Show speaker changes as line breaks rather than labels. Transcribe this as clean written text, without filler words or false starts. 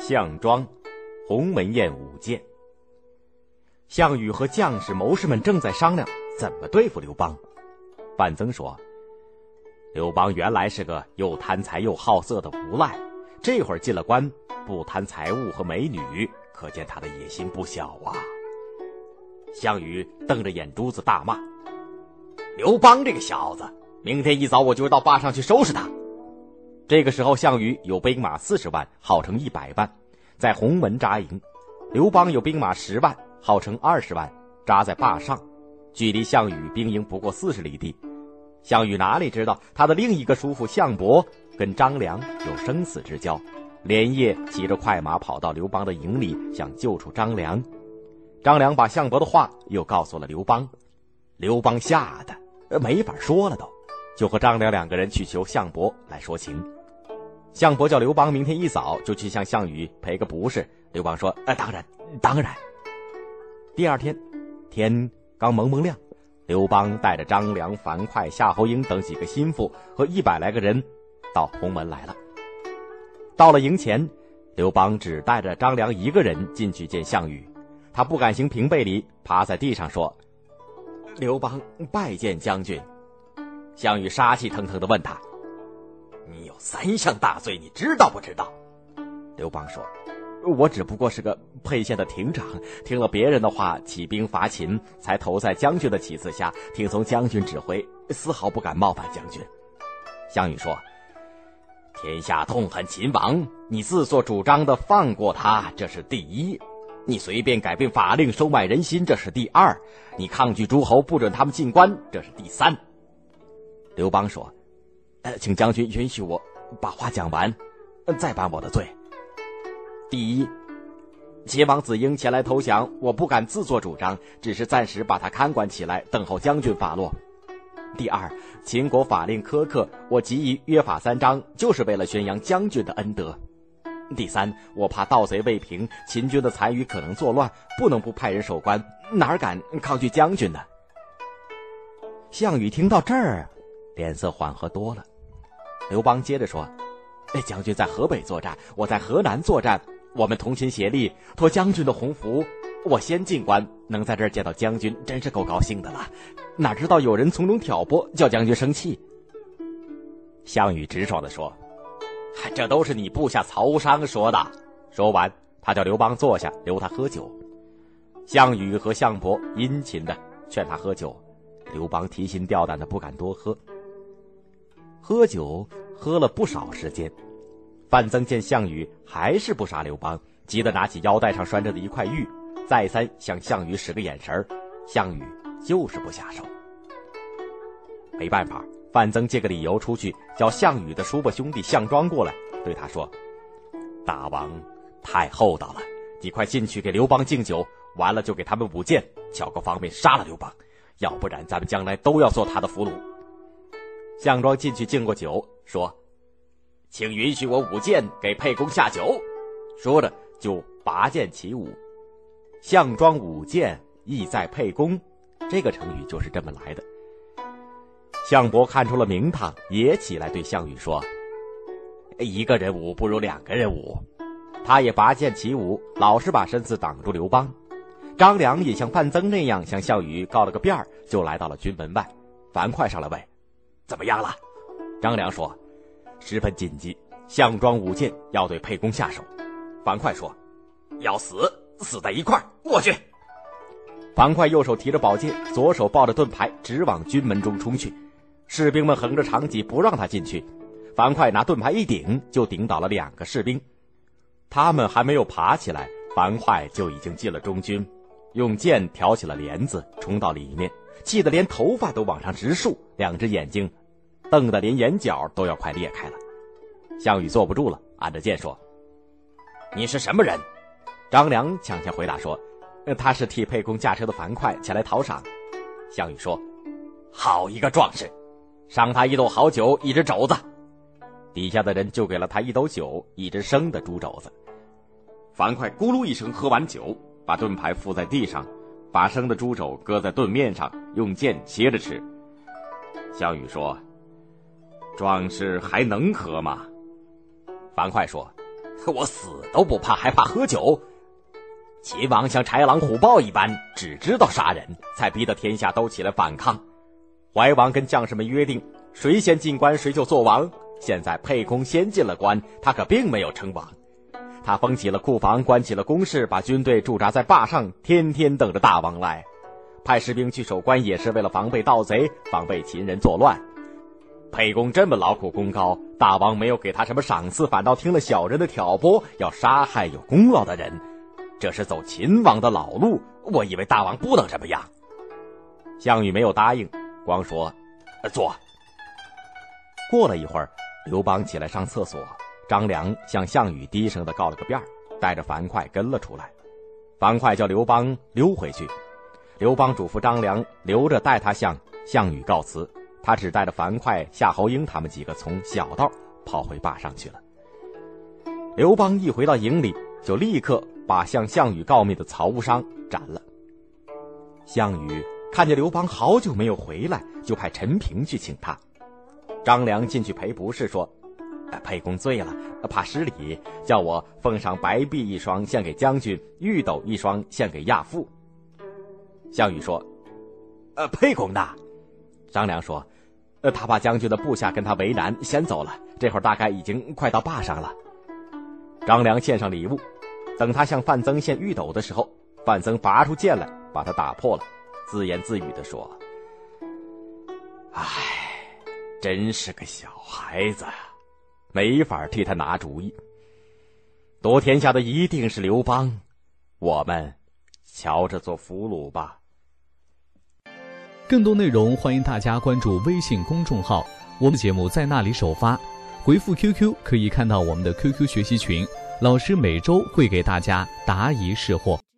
项庄、鸿门宴舞剑。项羽和将士谋士们正在商量怎么对付刘邦。范增说，刘邦原来是个又贪财又好色的无赖，这会儿进了关，不贪财物和美女，可见他的野心不小啊。项羽瞪着眼珠子大骂，刘邦这个小子，明天一早我就到坝上去收拾他。这个时候项羽有兵马40万，号称100万，在鸿门扎营。刘邦有兵马10万，号称20万，扎在坝上，距离项羽兵营不过40里地。项羽哪里知道他的另一个叔父项伯跟张良有生死之交，连夜骑着快马跑到刘邦的营里，想救出张良。张良把项伯的话又告诉了刘邦，刘邦吓得没法说了都，就和张良2个人去求项伯来说情。项伯叫刘邦明天一早就去向项羽赔个不是。刘邦说当然。第二天天刚蒙蒙亮，刘邦带着张良、樊哙、夏侯婴等几个心腹和100来个人到鸿门来了。到了营前，刘邦只带着张良一个人进去见项羽，他不敢行平辈礼，趴在地上说，刘邦拜见将军。项羽杀气腾腾地问他，你有3项大罪，你知道不知道？刘邦说，我只不过是个沛县的亭长，听了别人的话起兵伐秦，才投在将军的旗帜下，听从将军指挥，丝毫不敢冒犯将军。项羽说，天下痛恨秦王，你自作主张的放过他，这是第一；你随便改变法令收买人心，这是第二；你抗拒诸侯不准他们进关，这是第三。刘邦说，请将军允许我把话讲完，再办我的罪。第一，秦王子婴前来投降，我不敢自作主张，只是暂时把他看管起来，等候将军发落。第二，秦国法令苛刻，我急于约法3章，就是为了宣扬将军的恩德。第三，我怕盗贼未平，秦军的残余可能作乱，不能不派人守关，哪敢抗拒将军呢？项羽听到这儿，脸色缓和多了。刘邦接着说，将军在河北作战，我在河南作战，我们同心协力，托将军的鸿福，我先进关，能在这儿见到将军，真是够高兴的了。哪知道有人从中挑拨，叫将军生气。项羽直爽地说，这都是你部下曹商说的。说完，他叫刘邦坐下，留他喝酒。项羽和项伯殷勤地劝他喝酒，刘邦提心吊胆的不敢多喝。喝酒喝了不少时间，范增见项羽还是不杀刘邦，急得拿起腰带上拴着的一块玉，再三向项羽使个眼神，项羽就是不下手。没办法，范增借个理由出去，叫项羽的叔伯兄弟项庄过来，对他说，大王太厚道了，你快进去给刘邦敬酒，完了就给他们舞剑，巧个方便杀了刘邦，要不然咱们将来都要做他的俘虏。项庄进去敬过酒，说，请允许我舞剑给沛公下酒。说着就拔剑起舞。项庄舞剑，意在沛公，这个成语就是这么来的。项伯看出了名堂，也起来对项羽说，一个人舞不如2个人舞。他也拔剑起舞，老是把身子挡住刘邦。张良也像范增那样向项羽告了个遍，就来到了军门外。樊哙上来问，怎么样了？张良说，十分紧急，项庄舞剑要对沛公下手。樊哙说，要死在一块儿，我去。樊哙右手提着宝剑，左手抱着盾牌，直往军门中冲去。士兵们横着长戟不让他进去，樊哙拿盾牌一顶，就顶倒了2个士兵。他们还没有爬起来，樊哙就已经进了中军，用剑挑起了帘子，冲到里面，气得连头发都往上直竖，2只眼睛瞪得连眼角都要快裂开了。项羽坐不住了，按着剑说，你是什么人？张良抢先回答说，他是替沛公驾车的樊哙，前来讨赏。项羽说，好一个壮士，赏他1斗好酒，1只肘子。底下的人就给了他1斗酒，1只生的猪肘子。樊哙咕噜一声喝完酒，把盾牌附在地上，把生的猪肘搁在盾面上，用剑切着吃。项羽说，壮士还能喝吗？樊哙说， 我死都不怕，还怕喝酒。秦王像豺狼虎豹一般，只知道杀人，才逼得天下都起来反抗。怀王跟将士们约定，谁先进关谁就做王。现在沛公先进了关，他可并没有称王。他封起了库房，关起了宫室，把军队驻扎在坝上，天天等着大王来。派士兵去守关也是为了防备盗贼，防备秦人作乱。沛公这么劳苦功高，大王没有给他什么赏赐，反倒听了小人的挑拨，要杀害有功劳的人。这是走秦王的老路，我以为大王不能这么样。项羽没有答应，光说坐。过了一会儿，刘邦起来上厕所，张良向项羽低声的告了个遍，带着樊哙跟了出来。樊哙叫刘邦溜回去，刘邦嘱咐张良留着带他向项羽告辞，他只带着樊哙、夏侯婴他们几个从小道跑回坝上去了。刘邦一回到营里，就立刻把向项羽告密的曹无伤斩了。项羽看见刘邦好久没有回来，就派陈平去请他。张良进去赔不是，说沛公醉了，怕失礼，叫我奉上白璧一双献给将军，玉斗一双献给亚父。项羽说沛公呢？张良说他怕将军的部下跟他为难，先走了，这会儿大概已经快到坝上了。张良献上礼物，等他向范增献玉斗的时候，范增拔出剑来把他打破了，自言自语地说：真是个小孩子呀，没法替他拿主意。夺天下的一定是刘邦，我们瞧着做俘虏吧。
更多内容欢迎大家关注微信公众号，我们节目在那里首发。回复 QQ 可以看到我们的 QQ 学习群，老师每周会给大家答疑释惑。